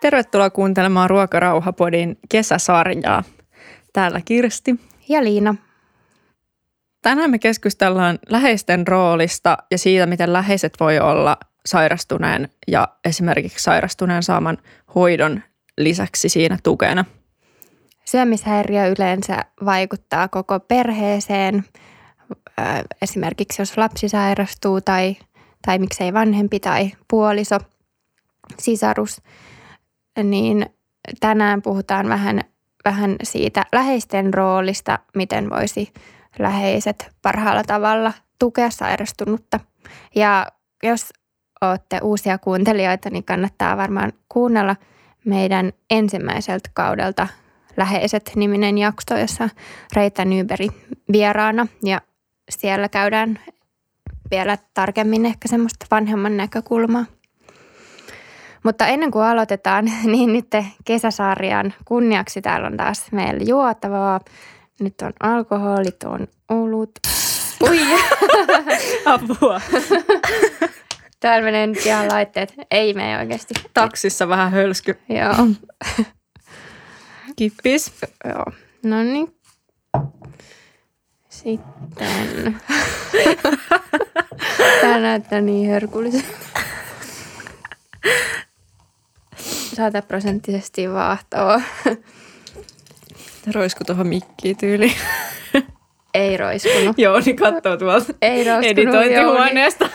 Tervetuloa kuuntelemaan Ruokarauha-podin kesäsarjaa. Täällä Kirsti. Ja Liina. Tänään me keskustellaan läheisten roolista ja siitä, miten läheiset voi olla sairastuneen ja esimerkiksi sairastuneen saaman hoidon lisäksi siinä tukena. Syömishäiriö yleensä vaikuttaa koko perheeseen. Esimerkiksi jos lapsi sairastuu tai miksei vanhempi tai puoliso, sisarus, niin tänään puhutaan vähän siitä läheisten roolista, miten voisi läheiset parhaalla tavalla tukea sairastunutta. Ja jos olette uusia kuuntelijoita, niin kannattaa varmaan kuunnella meidän ensimmäiseltä kaudelta Läheiset-niminen jakso, jossa Reetta Nyberg vieraana. Ja siellä käydään vielä tarkemmin ehkä semmoista vanhemman näkökulmaa. Mutta ennen kuin aloitetaan, niin nyt kesäsarjan kunniaksi täällä on taas meillä juotavaa. Nyt on alkoholit, on olut. Ui! Apua. Täällä menee nyt ihan laitteet. Ei mene oikeasti. Taksissa vähän hölsky. Joo. Kippis. Joo. No niin. Sitten. Tää näyttää niin herkulliselta. 100% vaahtoa. Roisku tuohon mikkiin tyyliin. Ei roiskunut. Jouni katsoo tuolta Ei roiskunut, editointihuoneesta.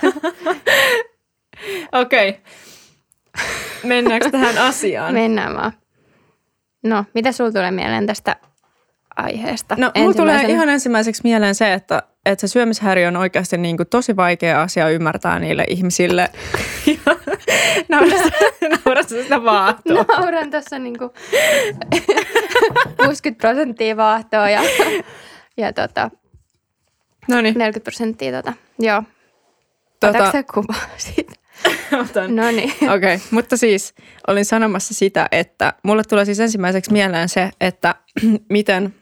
Okei. Mennäänkö tähän asiaan? Mennään vaan. No, mitä sulla tulee mieleen tästä aiheesta? No, mulla tulee ihan ensimmäiseksi mieleen se, että se syömishäiriö on oikeasti niin kuin tosi vaikea asia ymmärtää niille ihmisille. Nauratko sitä vaahtoa? Nauran tuossa niin kuin 60% vaahtoa ja 40% joo. Otatko se kuva siitä? Otan. No niin. Okei, mutta siis olin sanomassa sitä, että mulle tulee siis ensimmäiseksi mieleen se, että miten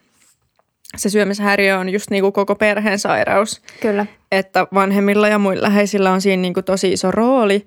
se syömishäiriö on just niin kuin koko perheen sairaus. Kyllä. Että vanhemmilla ja muilla läheisillä on siinä niin kuin tosi iso rooli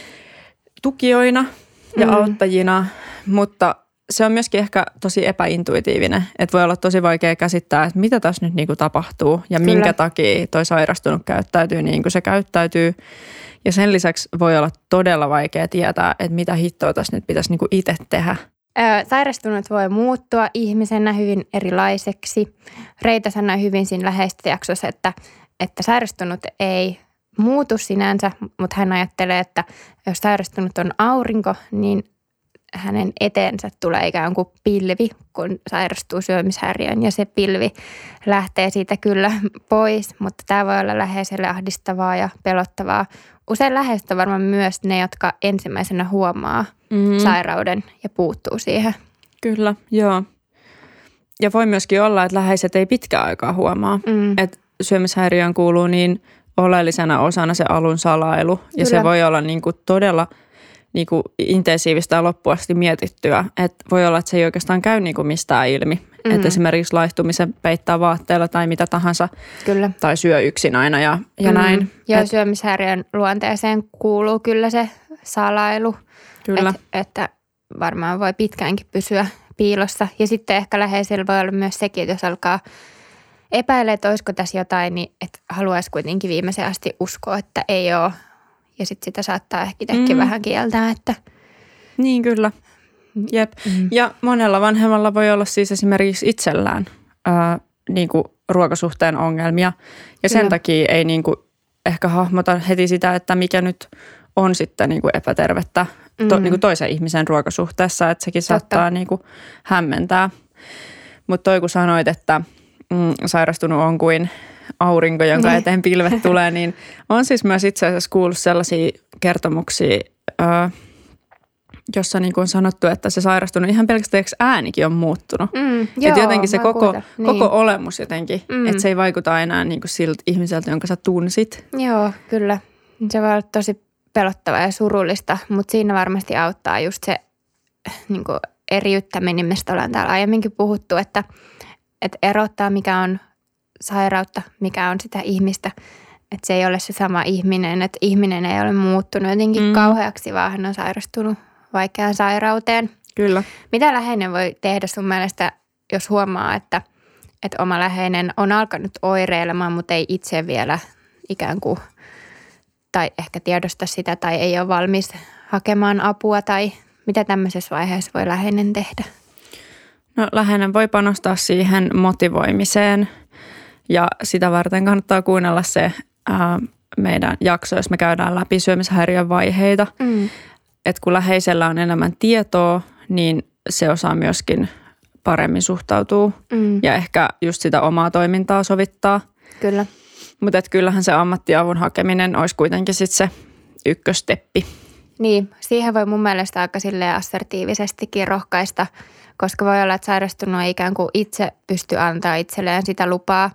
tukijoina ja auttajina, mutta se on myöskin ehkä tosi epäintuitiivinen, että voi olla tosi vaikea käsittää, että mitä tässä nyt niin kuin tapahtuu ja Kyllä. minkä takia toi sairastunut käyttäytyy niin kuin se käyttäytyy. Ja sen lisäksi voi olla todella vaikea tietää, että mitä hittoa tässä nyt pitäisi niin kuin itse tehdä. Sairastunut voi muuttua ihmisenä hyvin erilaiseksi. Reita sanoi hyvin siinä läheistä jaksossa, että sairastunut ei muutu sinänsä, mutta hän ajattelee, että jos sairastunut on aurinko, niin hänen eteensä tulee ikään kuin pilvi, kun sairastuu syömishäiriöön ja se pilvi lähtee siitä kyllä pois, mutta tämä voi olla läheiselle ahdistavaa ja pelottavaa. Usein läheiset on varmaan myös ne, jotka ensimmäisenä huomaa sairauden ja puuttuu siihen. Kyllä, joo. Ja voi myöskin olla, että läheiset ei pitkään aikaa huomaa, että syömishäiriöön kuuluu niin oleellisena osana se alun salailu. Ja se voi olla niin kuin todella niin kuin intensiivistä ja loppuun asti mietittyä. Että voi olla, että se ei oikeastaan käy niin kuin mistään ilmi. Että esimerkiksi laihtumisen peittää vaatteella tai mitä tahansa. Kyllä. Tai syö yksin aina ja näin. Joo, syömishäiriön luonteeseen kuuluu kyllä se salailu. Kyllä. Että varmaan voi pitkäänkin pysyä piilossa. Ja sitten ehkä läheisellä voi olla myös sekin, että jos alkaa epäilee, että olisiko tässä jotain, niin että haluaisi kuitenkin viimeiseen asti uskoa, että ei ole. Ja sitten sitä saattaa ehkä itsekin vähän kieltää, että niin kyllä. Jep. Ja monella vanhemmalla voi olla siis esimerkiksi itsellään niin kuin ruokasuhteen ongelmia. Ja sen takia ei niin kuin ehkä hahmota heti sitä, että mikä nyt on sitten niin kuin epätervettä niin kuin toisen ihmisen ruokasuhteessa. Että sekin saattaa niin kuin hämmentää. Mutta toi kun sanoit, että sairastunut on kuin aurinko, jonka eteen pilvet tulee, niin on siis myös itse asiassa kuullut sellaisia kertomuksia, jossa niin kuin on sanottu, että se sairastunut ihan pelkästään äänikin on muuttunut. Että jotenkin se koko olemus jotenkin, että se ei vaikuta enää niin kuin siltä ihmiseltä, jonka sä tunsit. Joo, kyllä. Se voi olla tosi pelottavaa ja surullista, mutta siinä varmasti auttaa just se niin kuin eriyttäminen, mistä ollaan täällä aiemminkin puhuttu, että erottaa mikä on sairautta, mikä on sitä ihmistä. Että se ei ole se sama ihminen, että ihminen ei ole muuttunut jotenkin kauheaksi, vaan hän on sairastunut vaikeaan sairauteen. Kyllä. Mitä läheinen voi tehdä sun mielestä, jos huomaa, että oma läheinen on alkanut oireilemaan, mutta ei itse vielä ikään kuin, tai ehkä tiedosta sitä, tai ei ole valmis hakemaan apua, tai mitä tämmöisessä vaiheessa voi läheinen tehdä? No läheinen voi panostaa siihen motivoimiseen ja sitä varten kannattaa kuunnella se meidän jakso, jos me käydään läpi syömishäiriön vaiheita. Että kun läheisellä on enemmän tietoa, niin se osaa myöskin paremmin suhtautua ja ehkä just sitä omaa toimintaa sovittaa. Kyllä. Mutta kyllähän se ammattiavun hakeminen olisi kuitenkin sitten se ykkösteppi. Niin, siihen voi mun mielestä aika silleen assertiivisestikin rohkaista, koska voi olla, että sairastunut ei ikään kuin itse pysty antaa itselleen sitä lupaa,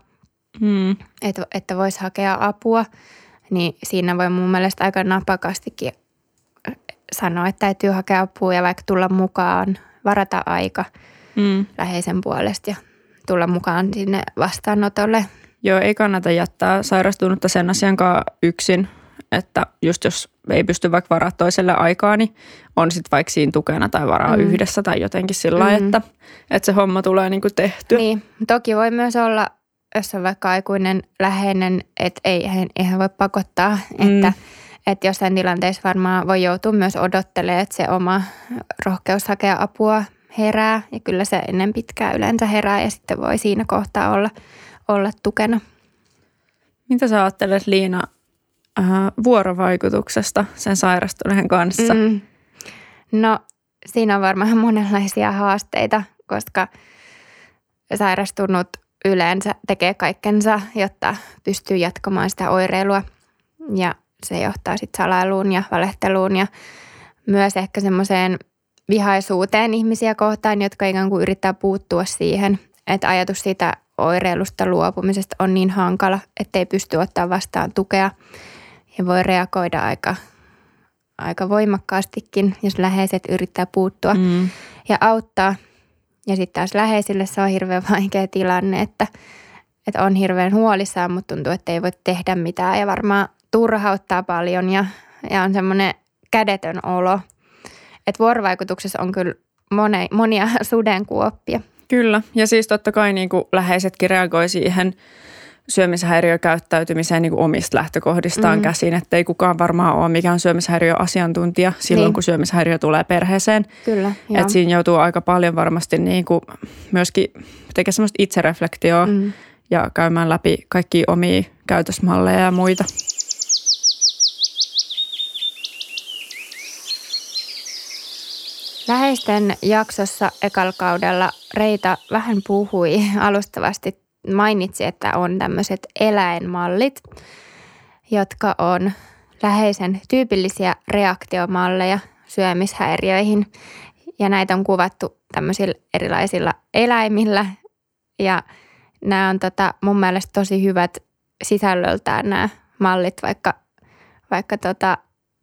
että voisi hakea apua. Niin siinä voi mun mielestä aika napakastikin sanoa, että täytyy hakea apua ja vaikka tulla mukaan, varata aika läheisen puolesta ja tulla mukaan sinne vastaanotolle. Joo, ei kannata jättää sairastunutta sen asian kanssa yksin, että just jos ei pysty vaikka varaa toiselle aikaa, niin on sitten vaikka siinä tukena tai varaa yhdessä tai jotenkin sillä lailla, että se homma tulee niin kuin tehtyä. Niin, toki voi myös olla, jos on vaikka aikuinen läheinen, että eihän voi pakottaa, että jossain tilanteessa varmaan voi joutua myös odottelemaan, että se oma rohkeus hakea apua herää ja kyllä se ennen pitkää yleensä herää ja sitten voi siinä kohtaa olla tukena. Mitä sä ajattelet, Liina, vuorovaikutuksesta sen sairastuneen kanssa? No siinä on varmaan monenlaisia haasteita, koska sairastunut yleensä tekee kaikkensa, jotta pystyy jatkamaan sitä oireilua ja se johtaa sitten salailuun ja valehteluun ja myös ehkä semmoiseen vihaisuuteen ihmisiä kohtaan, jotka ikään kuin yrittää puuttua siihen, että ajatus siitä oireilusta luopumisesta on niin hankala, ettei pysty ottaa vastaan tukea ja voi reagoida aika voimakkaastikin, jos läheiset yrittää puuttua ja auttaa. Ja sitten taas läheisille se on hirveän vaikea tilanne, että on hirveän huolissaan, mutta tuntuu, että ei voi tehdä mitään ja varmaan turhauttaa paljon ja on semmoinen kädetön olo. Että vuorovaikutuksessa on kyllä monia sudenkuoppia. Kyllä, ja siis totta kai niin kuin läheisetkin reagoi siihen syömishäiriökäyttäytymiseen niin kuin omista lähtökohdistaan käsin, että ei kukaan varmaan ole mikään syömishäiriöasiantuntija silloin, kun syömishäiriö tulee perheeseen. Kyllä, joo. Että siinä joutuu aika paljon varmasti niin kuin myöskin tekemään semmoista itsereflektioa ja käymään läpi kaikkia omia käytösmalleja ja muita. Läheisten jaksossa ekalla kaudella Reita vähän puhui alustavasti, mainitsi, että on tämmöiset eläinmallit, jotka on läheisen tyypillisiä reaktiomalleja syömishäiriöihin. Ja näitä on kuvattu tämmöisillä erilaisilla eläimillä ja nämä on mun mielestä tosi hyvät sisällöltään nämä mallit, vaikka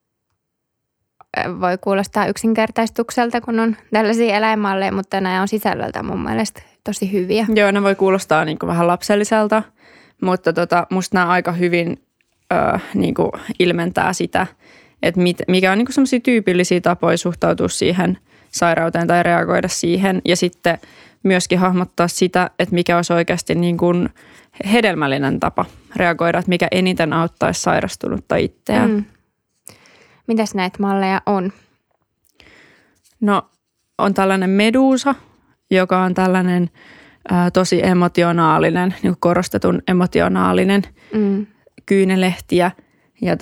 voi kuulostaa yksinkertaistukselta, kun on tällaisia eläinmalleja, mutta nämä on sisällöltä mun mielestä tosi hyviä. Joo, ne voi kuulostaa niin kuin vähän lapselliselta, mutta musta nämä aika hyvin niin kuin ilmentää sitä, että mikä on niin kuin semmoisia tyypillisiä tapoja suhtautua siihen sairauteen tai reagoida siihen. Ja sitten myöskin hahmottaa sitä, että mikä olisi oikeasti niin kuin hedelmällinen tapa reagoida, että mikä eniten auttaisi sairastunutta itseään. Mitäs näitä malleja on? No on tällainen meduusa, joka on tällainen tosi emotionaalinen, niin kuin korostetun emotionaalinen kyynelehtiä ja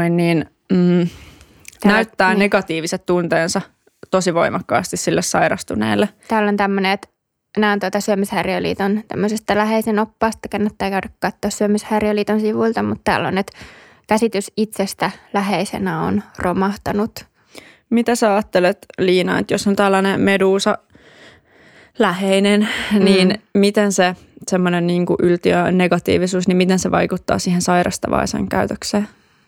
näyttää negatiiviset tunteensa tosi voimakkaasti sille sairastuneelle. Täällä on tämmöinen, että nämä on Syömishäiriöliiton tämmöisestä läheisen oppaasta. Kannattaa käydä katsoa Syömishäiriöliiton sivuilta, mutta täällä on, että käsitys itsestä läheisenä on romahtanut. Mitä sä ajattelet, Liina, että jos on tällainen meduusa läheinen, niin miten se semmoinen niin kuin yltiö negatiivisuus, niin miten se vaikuttaa siihen sairastavaisen käytökseen?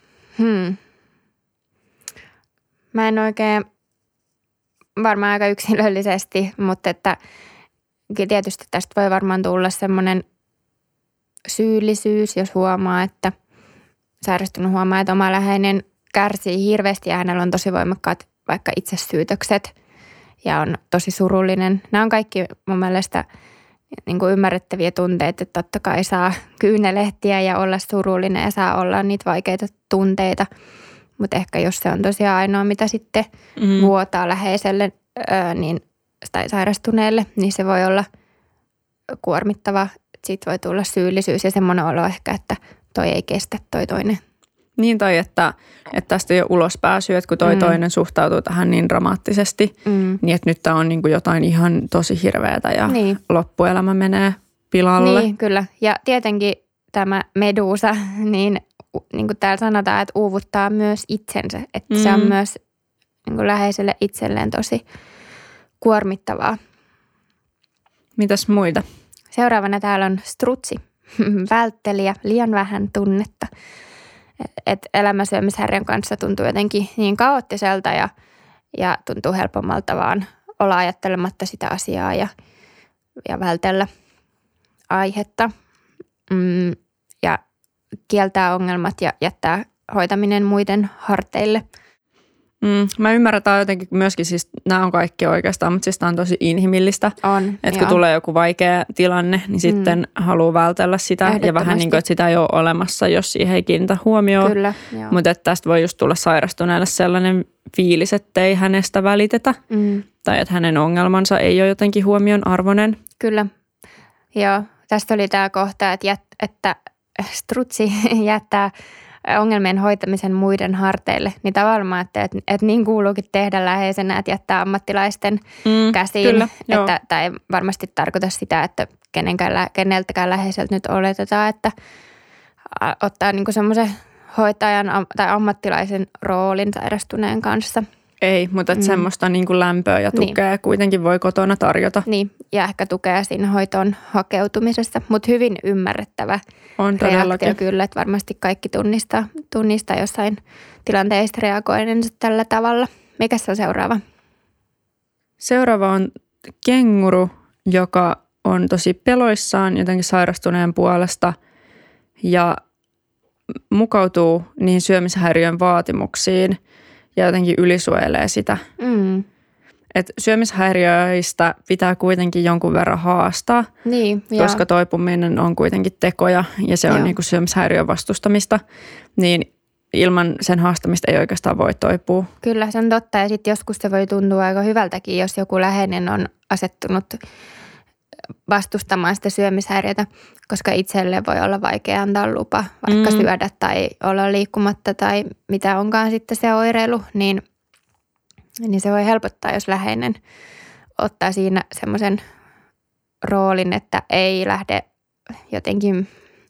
Mä en oikein, varmaan aika yksilöllisesti, mutta että tietysti tästä voi varmaan tulla semmoinen syyllisyys, jos huomaa, että sairastunut huomaa, että oma läheinen kärsii hirveästi ja hänellä on tosi voimakkaat vaikka itsesyytökset ja on tosi surullinen. Nämä on kaikki mun mielestä niin kuin ymmärrettäviä tunteita, että totta kai saa kyynelehtiä ja olla surullinen ja saa olla niitä vaikeita tunteita. Mutta ehkä jos se on tosiaan ainoa, mitä sitten vuotaa läheiselle tai sairastuneelle, niin se voi olla kuormittava. Siitä voi tulla syyllisyys ja semmoinen olo ehkä, että toi ei kestä toi toinen. Niin tai että tästä ei ole ulospääsyä, että kun toi toinen suhtautuu tähän niin dramaattisesti, niin että nyt tämä on niin kuin jotain ihan tosi hirveätä ja loppuelämä menee pilalle. Niin, kyllä. Ja tietenkin tämä medusa, niin kuin täällä sanotaan, että uuvuttaa myös itsensä. Että se on myös niin kuin läheiselle itselleen tosi kuormittavaa. Mitäs muita? Seuraavana täällä on strutsi, välttelijä, liian vähän tunnetta. Että elämä syömishäiriön kanssa tuntuu jotenkin niin kaoottiselta ja tuntuu helpommalta vaan olla ajattelematta sitä asiaa ja vältellä aihetta. Ja kieltää ongelmat ja jättää hoitaminen muiden harteille. Mä ymmärrän, että jotenkin myöskin siis nämä on kaikki oikeastaan, mutta siis tämä on tosi inhimillistä. On, että kun tulee joku vaikea tilanne, niin sitten haluaa vältellä sitä ja vähän niin kuin, että sitä ei ole olemassa, jos siihen ei kiinnitä huomioon. Kyllä, mutta tästä voi just tulla sairastuneelle sellainen fiilis, että ei hänestä välitetä tai että hänen ongelmansa ei ole jotenkin huomion arvoinen. Kyllä, joo. Tästä oli tämä kohta, että strutsi jättää ongelmien hoitamisen muiden harteille, niin tavallaan että niin kuuluukin tehdä läheisenä, että jättää ammattilaisten käsiin. Kyllä, tämä ei varmasti tarkoita sitä, että keneltäkään läheiseltä nyt oletetaan, että ottaa niinku semmoisen hoitajan tai ammattilaisen roolin sairastuneen kanssa. Ei, mutta semmoista niin kuin lämpöä ja tukea kuitenkin voi kotona tarjota. Niin, ja ehkä tukea siinä hoitoon hakeutumisessa, mutta hyvin ymmärrettävä on reaktio kyllä, että varmasti kaikki tunnistaa jossain tilanteista reagoineensa tällä tavalla. Mikäs on seuraava? Seuraava on kenguru, joka on tosi peloissaan jotenkin sairastuneen puolesta ja mukautuu niihin syömishäiriön vaatimuksiin ja jotenkin ylisuojelee sitä. Et syömishäiriöistä pitää kuitenkin jonkun verran haastaa, koska toipuminen on kuitenkin tekoja ja se on niin kuin syömishäiriön vastustamista, niin ilman sen haastamista ei oikeastaan voi toipua. Kyllä, se on totta ja sitten joskus se voi tuntua aika hyvältäkin, jos joku läheinen on asettunut vastustamaan sitä syömishäiriötä, koska itselle voi olla vaikea antaa lupa vaikka syödä tai olla liikkumatta tai mitä onkaan sitten se oireilu, niin se voi helpottaa, jos läheinen ottaa siinä semmoisen roolin, että ei lähde jotenkin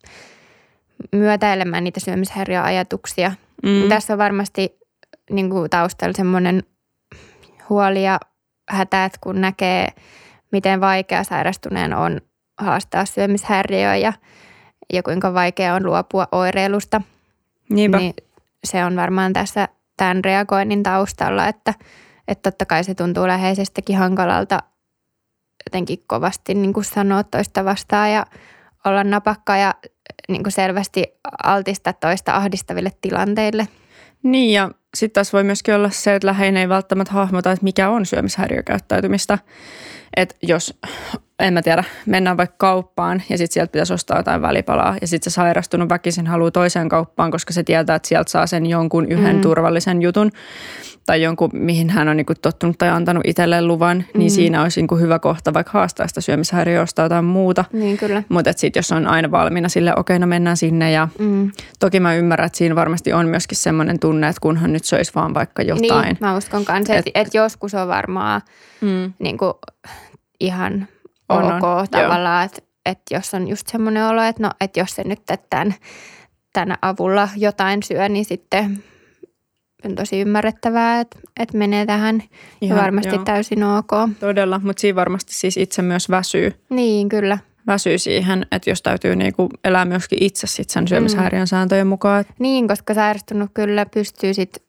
myötäilemään niitä syömishäiriöajatuksia. Tässä on varmasti niin kuin taustalla semmoinen huoli ja hätä, että kun näkee, miten vaikea sairastuneen on haastaa syömishäiriöä ja kuinka vaikea on luopua oireilusta. Niinpä. Niin se on varmaan tässä tämän reagoinnin taustalla, että totta kai se tuntuu läheisestäkin hankalalta jotenkin kovasti niin kuin sanoa toista vastaan ja olla napakka ja niin kuin selvästi altistaa toista ahdistaville tilanteille. Niin ja sitten tässä voi myöskin olla se, että läheinen ei välttämättä hahmota, että mikä on syömishäiriökäyttäytymistä. Että jos, en mä tiedä, mennään vaikka kauppaan ja sitten sieltä pitäisi ostaa jotain välipalaa ja sitten se sairastunut väkisin haluaa toiseen kauppaan, koska se tietää, että sieltä saa sen jonkun yhden turvallisen jutun tai jonkun, mihin hän on niinku tottunut tai antanut itselleen luvan, niin siinä olisi niinku hyvä kohta vaikka haastaa sitä syömishäiriöä, ostaa jotain muuta. Niin kyllä. Mutta sitten jos on aina valmiina sille, okei, no mennään sinne ja toki mä ymmärrän, että siinä varmasti on myöskin semmoinen tunne, että kunhan nyt söisi vaan vaikka jotain. Niin, mä uskon kanssa, että joskus on varmaan niinku ihan ok tavallaan, että jos on just semmoinen olo, että no, että jos se nyt tämän avulla jotain syö, niin sitten on tosi ymmärrettävää, että menee tähän ihan, ja varmasti täysin ok. Todella, mutta siinä varmasti siis itse myös väsyy. Niin, kyllä. Väsyy siihen, että jos täytyy niinku elää myöskin itse sit sen syömishäiriön sääntöjen mukaan. Niin, koska sairastunut kyllä pystyy sitten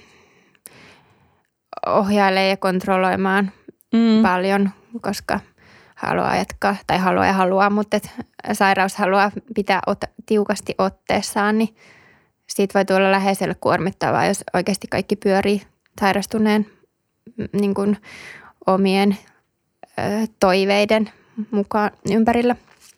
ohjailemaan ja kontrolloimaan paljon, koska haluaa jatkaa, tai haluaa, mutta sairaus haluaa pitää tiukasti otteessaan, niin siitä voi tulla läheiselle kuormittavaa, jos oikeasti kaikki pyörii sairastuneen niin kuin omien toiveiden mukaan ympärillä.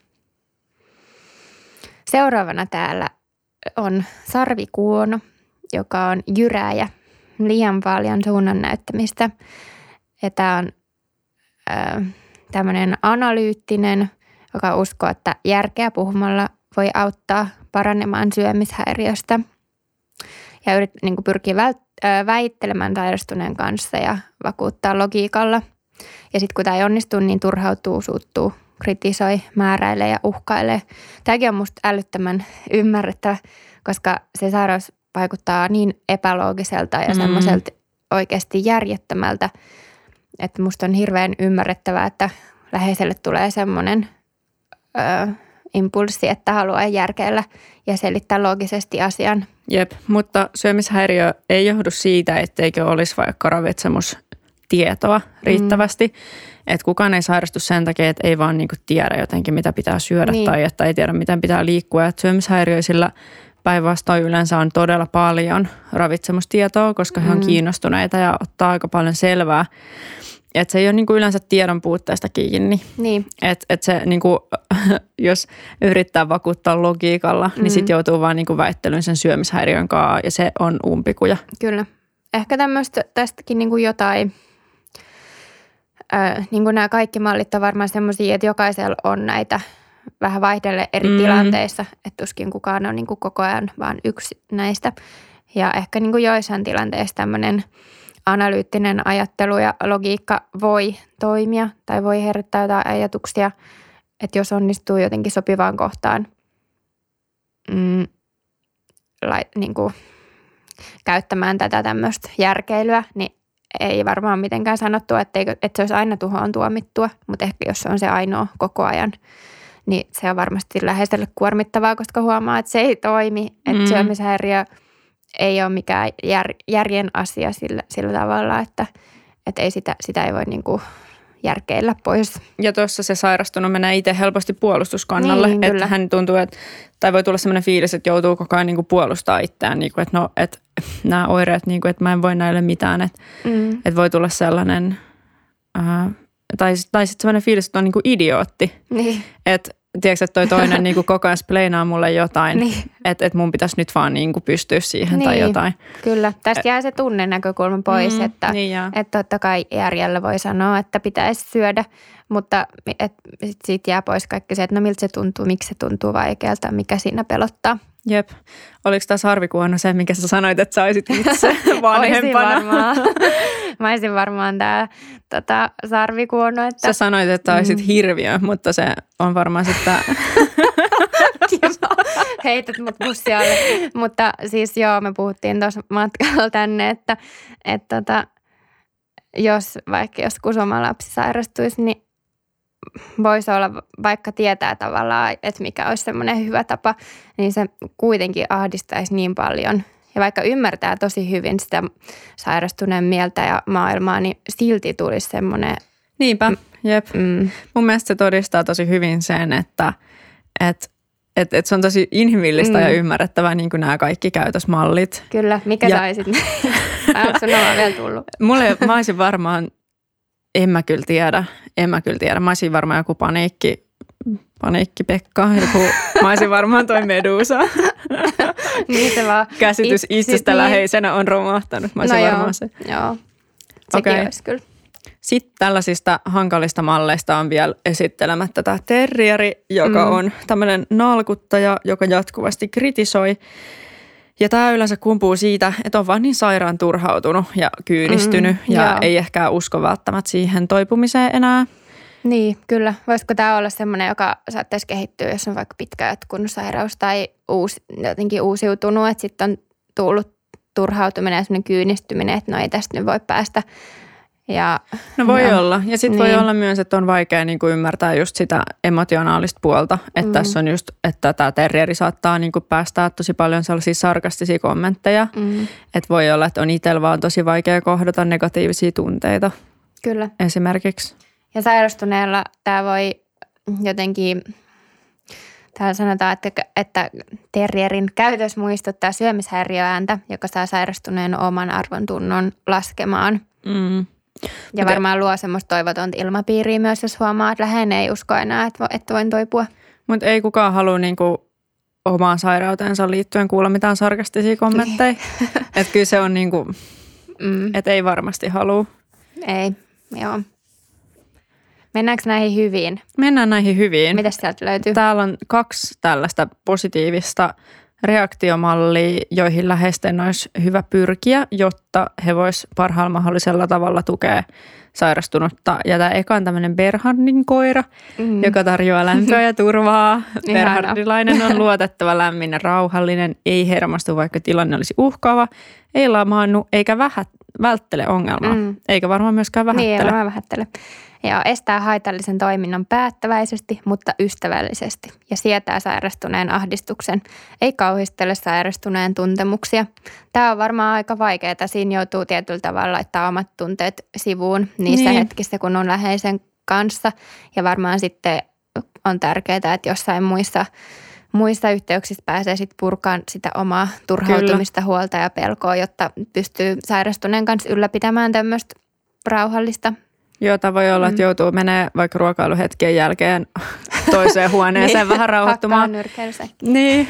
Seuraavana täällä on sarvikuono, joka on jyrääjä, liian paljon suunnan näyttämistä. Ja tämä on tämmöinen analyyttinen, joka uskoo, että järkeä puhumalla voi auttaa paranemaan syömishäiriöstä. Ja niin kuin pyrkii väittelemään sairastuneen kanssa ja vakuuttaa logiikalla. Ja sitten kun tämä ei onnistu, niin turhautuu, suuttuu, kritisoi, määräilee ja uhkailee. Tämäkin on musta älyttömän ymmärrettävä, koska se sairaus vaikuttaa niin epäloogiselta ja semmoiselta oikeasti järjettömältä, että musta on hirveän ymmärrettävää, että läheiselle tulee semmoinen impulssi, että haluaa järkeillä ja selittää loogisesti asian. Jep, mutta syömishäiriö ei johdu siitä, etteikö olisi vaikka ravitsemustietoa riittävästi. Että kukaan ei sairastu sen takia, että ei vaan niinku tiedä jotenkin, mitä pitää syödä tai että ei tiedä, miten pitää liikkua. Että syömishäiriöisillä päinvastoin yleensä on todella paljon ravitsemustietoa, koska he on kiinnostuneita ja ottaa aika paljon selvää. Että se ei ole niinku yleensä tiedon puutteesta kiinni. Niin. Että se niinku, jos yrittää vakuuttaa logiikalla, niin sitten joutuu vaan niinku väittelyyn sen syömishäiriön kanssa ja se on umpikuja. Kyllä. Ehkä tästäkin niinku jotain, niin kuin nämä kaikki mallit on varmaan semmoisia, että jokaisella on näitä vähän vaihdelle eri tilanteissa, että tuskin kukaan on niinku koko ajan vaan yksi näistä. Ja ehkä niinku joissain tilanteissa tämmöinen analyyttinen ajattelu ja logiikka voi toimia tai voi herättää jotain ajatuksia, että jos onnistuu jotenkin sopivaan kohtaan niin kuin käyttämään tätä tämmöistä järkeilyä, niin ei varmaan mitenkään sanottu, että se olisi aina tuhoon tuomittua, mutta ehkä jos se on se ainoa koko ajan, niin se on varmasti läheiselle kuormittavaa, koska huomaa, että se ei toimi, että syömishäiriö ei ole mikään järjen asia sillä tavalla, että ei sitä ei voi niinku järkeillä pois. Ja tuossa se sairastunut menee itse helposti puolustuskannalle, niin, että hän tuntuu, tai voi tulla sellainen fiilis, että joutuu koko ajan niinku puolustaa itseään, niinku, että no, että nämä oireet, niinku, että mä en voi näille mitään, että voi tulla sellainen, tai sitten sellainen fiilis, että on niinku idiootti, että tiedätkö, että toi toinen niinku koko ajan spleinaa mulle jotain, että mun pitäisi nyt vaan niinku pystyä siihen tai jotain. Kyllä, tästä jää se tunnenäkökulma pois, että totta kai järjellä voi sanoa, että pitäisi syödä, mutta siitä jää pois kaikki se, että no miltä se tuntuu, miksi se tuntuu vaikealta, mikä siinä pelottaa. Jep. Oliko tämä sarvikuono se, minkä sä sanoit, että sä olisit itse vanhempana? Mä olisin varmaan tämä sarvikuono. Että sä sanoit, että olisit hirviö, mutta se on varmaan sitten heität mut bussialle. Mutta siis joo, me puhuttiin tuossa matkalla tänne, että jos vaikka joskus oma lapsi sairastuisi, niin voisi olla, vaikka tietää tavallaan, että mikä olisi semmoinen hyvä tapa, niin se kuitenkin ahdistaisi niin paljon. Ja vaikka ymmärtää tosi hyvin sitä sairastuneen mieltä ja maailmaa, niin silti tulisi semmoinen. Niinpä, jep. Mun mielestä se todistaa tosi hyvin sen, että se on tosi inhimillistä ja ymmärrettävää, niin kuin nämä kaikki käytösmallit. Kyllä, mikä saisit? Onko sun oma vielä tullut? Mä olisin varmaan, en mä kyllä tiedä. Mä olisin varmaan joku paniikki-Pekka. Mä olisin varmaan toi Medusa. Niin se vaan. Käsitys itsestä läheisenä on romahtanut. Mä olisin varmaan se. Joo, sekin olisi kyllä. Sitten tällaisista hankalista malleista on vielä esittelemättä tämä terrieri, joka on tämmöinen nalkuttaja, joka jatkuvasti kritisoi. Ja tämä yleensä kumpuu siitä, että on vaan niin sairaan turhautunut ja kyynistynyt ja ei ehkä usko välttämättä siihen toipumiseen enää. Niin, kyllä. Voisiko tämä olla semmoinen, joka saattaisi kehittyä, jos on vaikka pitkä jatkunut sairaus tai jotenkin uusiutunut, että sitten on tullut turhautuminen ja semmoinen kyynistyminen, että no ei tästä nyt voi päästä. No voi olla. Ja sitten voi olla myös, että on vaikea niin kuin ymmärtää just sitä emotionaalista puolta. Että tässä on just, että tämä terrieri saattaa niin kuin päästää tosi paljon sellaisia sarkastisia kommentteja. Että voi olla, että on itsellä vaan tosi vaikea kohdata negatiivisia tunteita. Kyllä. Esimerkiksi. Ja sairastuneella tämä voi jotenkin Täällä sanotaan, että terrierin käytös muistuttaa syömishäiriöääntä, joka saa sairastuneen oman arvontunnon laskemaan. Ja varmaan luo semmoista toivotonta ilmapiiriä myös, jos huomaa, että läheinen ei usko enää, että voin toipua. Mutta ei kukaan halua niinku omaan sairautensa liittyen kuulla mitään sarkastisia kommentteja. Että kyllä se on niinku, että ei varmasti halua. Ei, joo. Mennäänkö näihin hyviin? Mennään näihin hyviin. Mitäs sieltä löytyy? Täällä on 2 tällaista positiivista reaktiomallia, joihin läheisten olisi hyvä pyrkiä, jotta he vois parhaalla mahdollisella tavalla tukea sairastunutta. Ja tämä eka on tämmöinen Bernhardin koira, joka tarjoaa lämpöä ja turvaa. Bernhardilainen on luotettava, lämmin ja rauhallinen, ei hermostu, vaikka tilanne olisi uhkaava, ei lamaannu eikä välttele ongelmaa, eikä varmaan myöskään vähättele. Niin, ei varmaan vähättele. Ja estää haitallisen toiminnan päättäväisesti, mutta ystävällisesti ja sietää sairastuneen ahdistuksen, ei kauhistele sairastuneen tuntemuksia. Tämä on varmaan aika vaikeaa. Siinä joutuu tietyllä tavalla laittaa omat tunteet sivuun niissä hetkissä, kun on läheisen kanssa. Ja varmaan sitten on tärkeää, että jossain muissa yhteyksissä pääsee sitten purkaan sitä omaa turhautumista, huolta ja pelkoa, jotta pystyy sairastuneen kanssa ylläpitämään tämmöistä rauhallista. Joo, tämä voi olla, että joutuu menee vaikka ruokailuhetkien jälkeen toiseen huoneeseen vähän rauhoittumaan. Niin,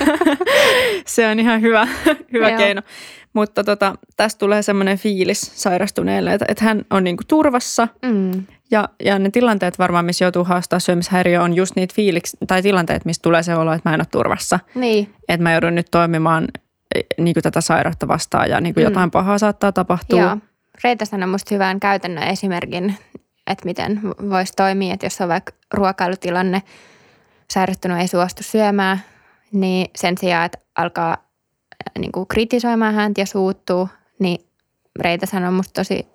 se on ihan hyvä keino. Mutta tästä tulee semmoinen fiilis sairastuneelle, että hän on niinku turvassa. Ja ne tilanteet varmaan, missä joutuu haastaa syömishäiriö, on just niitä tai tilanteet, missä tulee se olo, että mä en ole turvassa. Niin. Että mä joudun nyt toimimaan niinku tätä sairautta vastaan ja niinku jotain pahaa saattaa tapahtua. Joo. Reetta sanoi musta hyvän käytännön esimerkin, että miten voisi toimia, että jos on vaikka ruokailutilanne, sairastunut ei suostu syömään, niin sen sijaan, että alkaa niin kuin kritisoimaan häntä ja suuttuu, niin Reetta sanoi musta tosi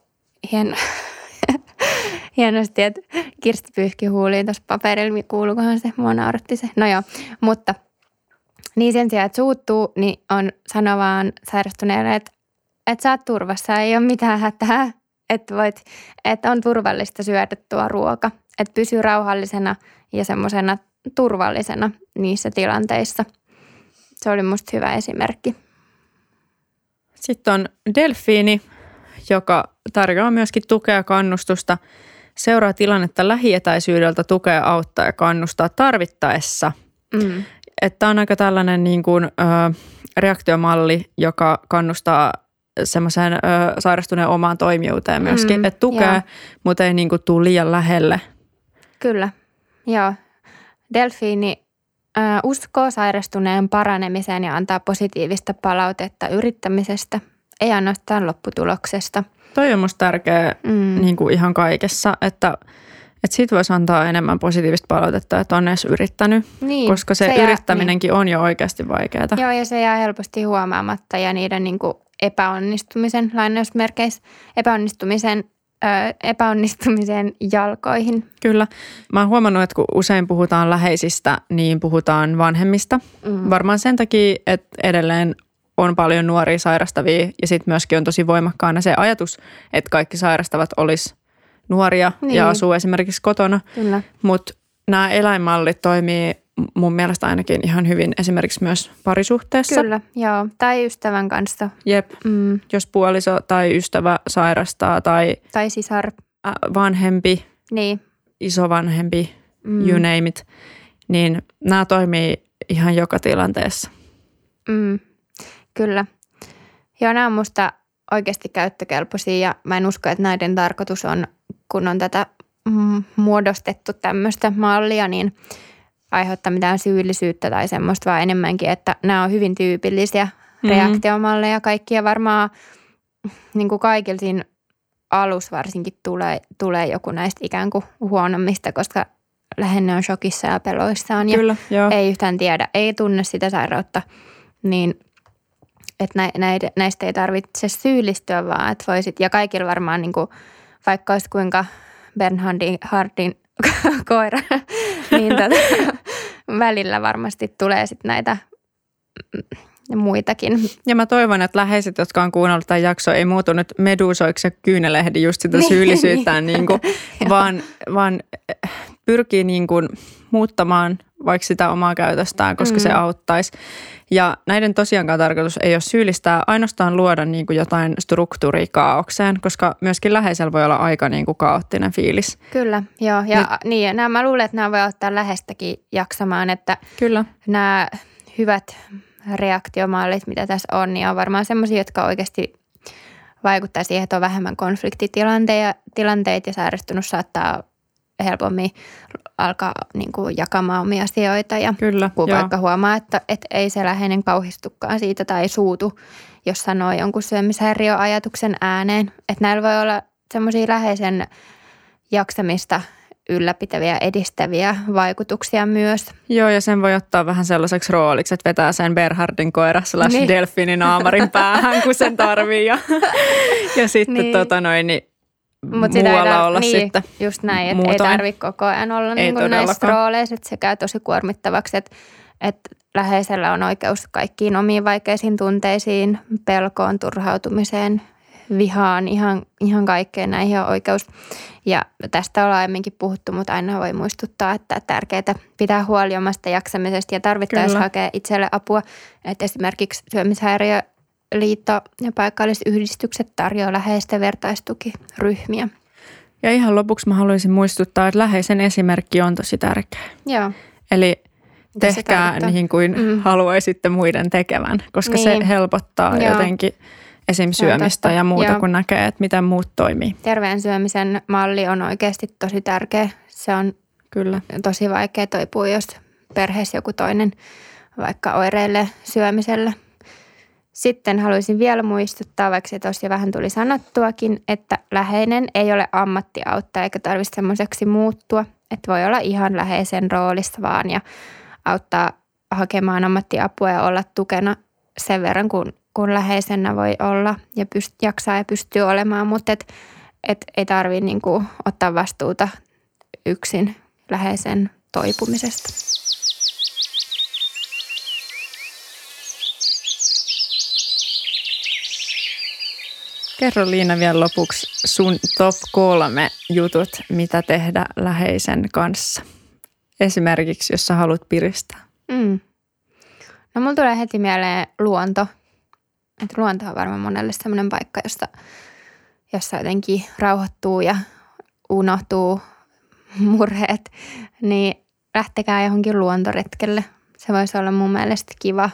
hienosti, että Kirsti pyyhki huuliin tuossa paperilla, kuuluukohan se, mua nauratti se. No joo, mutta niin sen sijaan, että suuttuu, niin on sanovaan sairastuneelle, että sä oot turvassa, ei ole mitään hätää, että on turvallista syödä tuo ruoka. Että pysyy rauhallisena ja semmoisena turvallisena niissä tilanteissa. Se oli musta hyvä esimerkki. Sitten on delfiini, joka tarjoaa myöskin tukea ja kannustusta. Seuraa tilannetta lähietäisyydeltä, tukea, auttaa ja kannustaa tarvittaessa. Että on aika tällainen niin kuin, reaktiomalli, joka kannustaa semmoiseen sairastuneen omaan toimijuuteen myöskin, että tukee, mutta ei niin kuin tule liian lähelle. Kyllä, joo. Delfiini uskoo sairastuneen paranemiseen ja antaa positiivista palautetta yrittämisestä, ei ainoastaan lopputuloksesta. Toi on musta tärkeä niin kuin ihan kaikessa, että siitä voisi antaa enemmän positiivista palautetta, että on edes yrittänyt, koska se yrittäminenkin on jo oikeasti vaikeaa. Joo, ja se jää helposti huomaamatta ja niiden niin kuin epäonnistumisen, lainausmerkeissä, epäonnistumisen jalkoihin. Kyllä. Mä oon huomannut, että kun usein puhutaan läheisistä, niin puhutaan vanhemmista. Varmaan sen takia, että edelleen on paljon nuoria sairastavia ja sitten myöskin on tosi voimakkaana se ajatus, että kaikki sairastavat olisi nuoria ja asuu esimerkiksi kotona. Mutta nämä eläinmallit toimii mun mielestä ainakin ihan hyvin esimerkiksi myös parisuhteessa. Kyllä, joo. Tai ystävän kanssa. Jep. Jos puoliso tai ystävä sairastaa tai sisar. Vanhempi, isovanhempi, you name it, niin nämä toimii ihan joka tilanteessa. Kyllä. Joo, nämä on musta oikeasti käyttökelpoisia ja mä en usko, että näiden tarkoitus on, kun on tätä muodostettu tämmöistä mallia, niin aiheuttaa mitään syyllisyyttä tai semmoista, vaan enemmänkin, että nämä on hyvin tyypillisiä reaktiomalleja. Kaikkia varmaan niin kuin kaikilla siinä alussa varsinkin tulee joku näistä ikään kuin huonommista, koska läheinen on shokissa ja peloissaan ja ei yhtään tiedä, ei tunne sitä sairautta, niin että näistä ei tarvitse syyllistyä, vaan että voisit, ja kaikilla varmaan niin kuin, vaikka olisi kuinka Bernhardin koira, niin välillä varmasti tulee sitten näitä muitakin. Ja mä toivon, että läheiset, jotka on kuunnellut tämän jakson, ei muutu nyt meduusoiksi ja kyynelehdi just sitä syyllisyyttään, niin kuin, vaan pyrkii niin kuin muuttamaan vaikka sitä omaa käytöstään, koska se auttaisi. Ja näiden tosiaankaan tarkoitus ei ole syyllistää, ainoastaan luoda niin kuin jotain struktuuria kaaukseen, koska myöskin läheisellä voi olla aika niin kuin kaoottinen fiilis. Kyllä, joo. Ja niin, mä luulen, että nämä voi ottaa lähestäkin jaksamaan, että kyllä. Nämä hyvät reaktiomallit, mitä tässä on, niin on varmaan semmoisia, jotka oikeasti vaikuttaa siihen, että on vähemmän konfliktitilanteita ja sairastunut saattaa helpommin alkaa niin kuin jakamaan omia asioita. Ja kyllä, kun vaikka huomaa, että ei se läheinen kauhistukaan siitä tai suutu, jos sanoo jonkun syömishäiriöajatuksen ääneen. Että näillä voi olla semmoisia läheisen jaksamista ylläpitäviä, edistäviä vaikutuksia myös. Joo, ja sen voi ottaa vähän sellaiseksi rooliksi, että vetää sen Bernhardin koira / delfiinin naamarin päähän, kun sen tarvii. Ja sitten niin. Muualla olla sitten just näin, että ei tarvitse koko ajan olla niin kuin näissä rooleissa, että se käy tosi kuormittavaksi, että läheisellä on oikeus kaikkiin omiin vaikeisiin tunteisiin, pelkoon, turhautumiseen, vihaan, ihan kaikkeen näihin on oikeus. Ja tästä ollaan aiemminkin puhuttu, mutta aina voi muistuttaa, että tärkeää pitää huoli omasta jaksamisesta ja tarvittaessa hakea itselle apua. Että esimerkiksi Syömishäiriöliitto ja paikallisyhdistykset tarjoaa läheisten vertaistukiryhmiä. Ja ihan lopuksi mä haluaisin muistuttaa, että läheisen esimerkki on tosi tärkeä. Joo. Eli tehkää niin kuin haluaisitte muiden tekevän, koska se helpottaa jotenkin esim. Syömistä ja muuta, kun näkee, että miten muut toimii. Terveen syömisen malli on oikeasti tosi tärkeä. Se on kyllä tosi vaikea toipua, jos perheessä joku toinen vaikka oireilee syömisellä. Sitten haluaisin vielä muistuttaa, vaikka se tosiaan vähän tuli sanottuakin, että läheinen ei ole ammattiauttaja eikä tarvitse semmoiseksi muuttua. Että voi olla ihan läheisen roolissa vaan ja auttaa hakemaan ammattiapua ja olla tukena sen verran, kun läheisenä voi olla ja jaksaa ja pystyy olemaan, mutta et ei tarvitse niinku ottaa vastuuta yksin läheisen toipumisesta. Kerro Liina vielä lopuksi sun top 3 jutut, mitä tehdä läheisen kanssa. Esimerkiksi, jos sä haluat piristää. No mulla tulee heti mieleen luonto. Että luonto on varmaan monelle sellainen paikka, jossa jotenkin rauhoittuu ja unohtuu murheet. Niin lähtekää johonkin luontoretkelle. Se voisi olla mun mielestä kiva.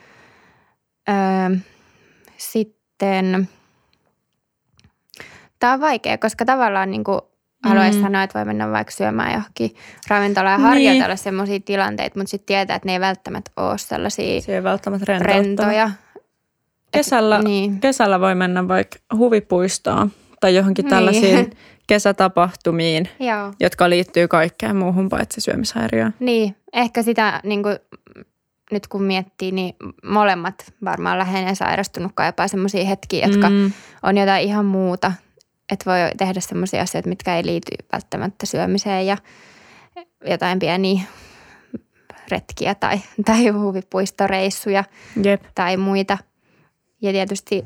Sitten tämä on vaikea, koska tavallaan niin kuin haluaisi sanoa, että voi mennä vaikka syömään johonkin ravintolaan ja harjoitella semmoisia tilanteita, mutta sitten tietää, että ne ei välttämättä ole sellaisia rentoja. Kesällä voi mennä vaikka huvipuistoon tai johonkin tällaisiin kesätapahtumiin, jotka liittyy kaikkeen muuhun paitsi syömishäiriöön. Niin, ehkä sitä niin kuin, nyt kun miettii, niin molemmat varmaan läheinen sairastunut kaipaa semmoisia hetkiä, jotka on jotain ihan muuta. Että voi tehdä semmoisia asioita, mitkä ei liity välttämättä syömiseen ja jotain pieniä retkiä tai huvipuistoreissuja tai muita. Ja tietysti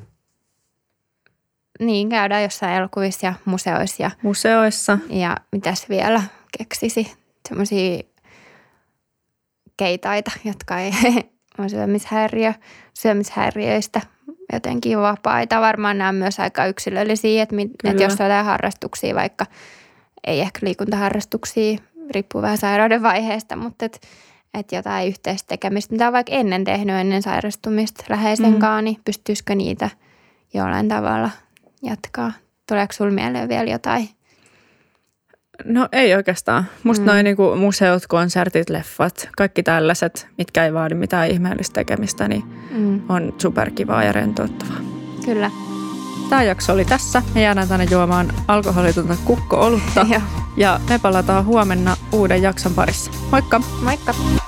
niin käydään jossain elokuvissa ja museoissa. Ja mitäs vielä keksisi? Semmoisia keitaita, jotka ei ole syömishäiriöistä jotenkin vapaita. Varmaan nämä on myös aika yksilöllisiä, että jos on jotain harrastuksia, vaikka ei ehkä liikuntaharrastuksia, riippuu vähän sairauden vaiheesta, mutta että jotain yhteistä tekemistä, mitä on vaikka ennen sairastumista läheisenkaan, niin pystyisikö niitä jollain tavalla jatkaa? Tuleeko sinulla mieleen vielä jotain? No ei oikeastaan. Musta noin niinku museot, konsertit, leffat, kaikki tällaiset, mitkä ei vaadi mitään ihmeellistä tekemistä, niin on superkivaa ja rentouttavaa. Kyllä. Tämä jakso oli tässä. Me jäädään tänne juomaan alkoholitonta kukko-olutta ja me palataan huomenna uuden jakson parissa. Moikka! Moikka!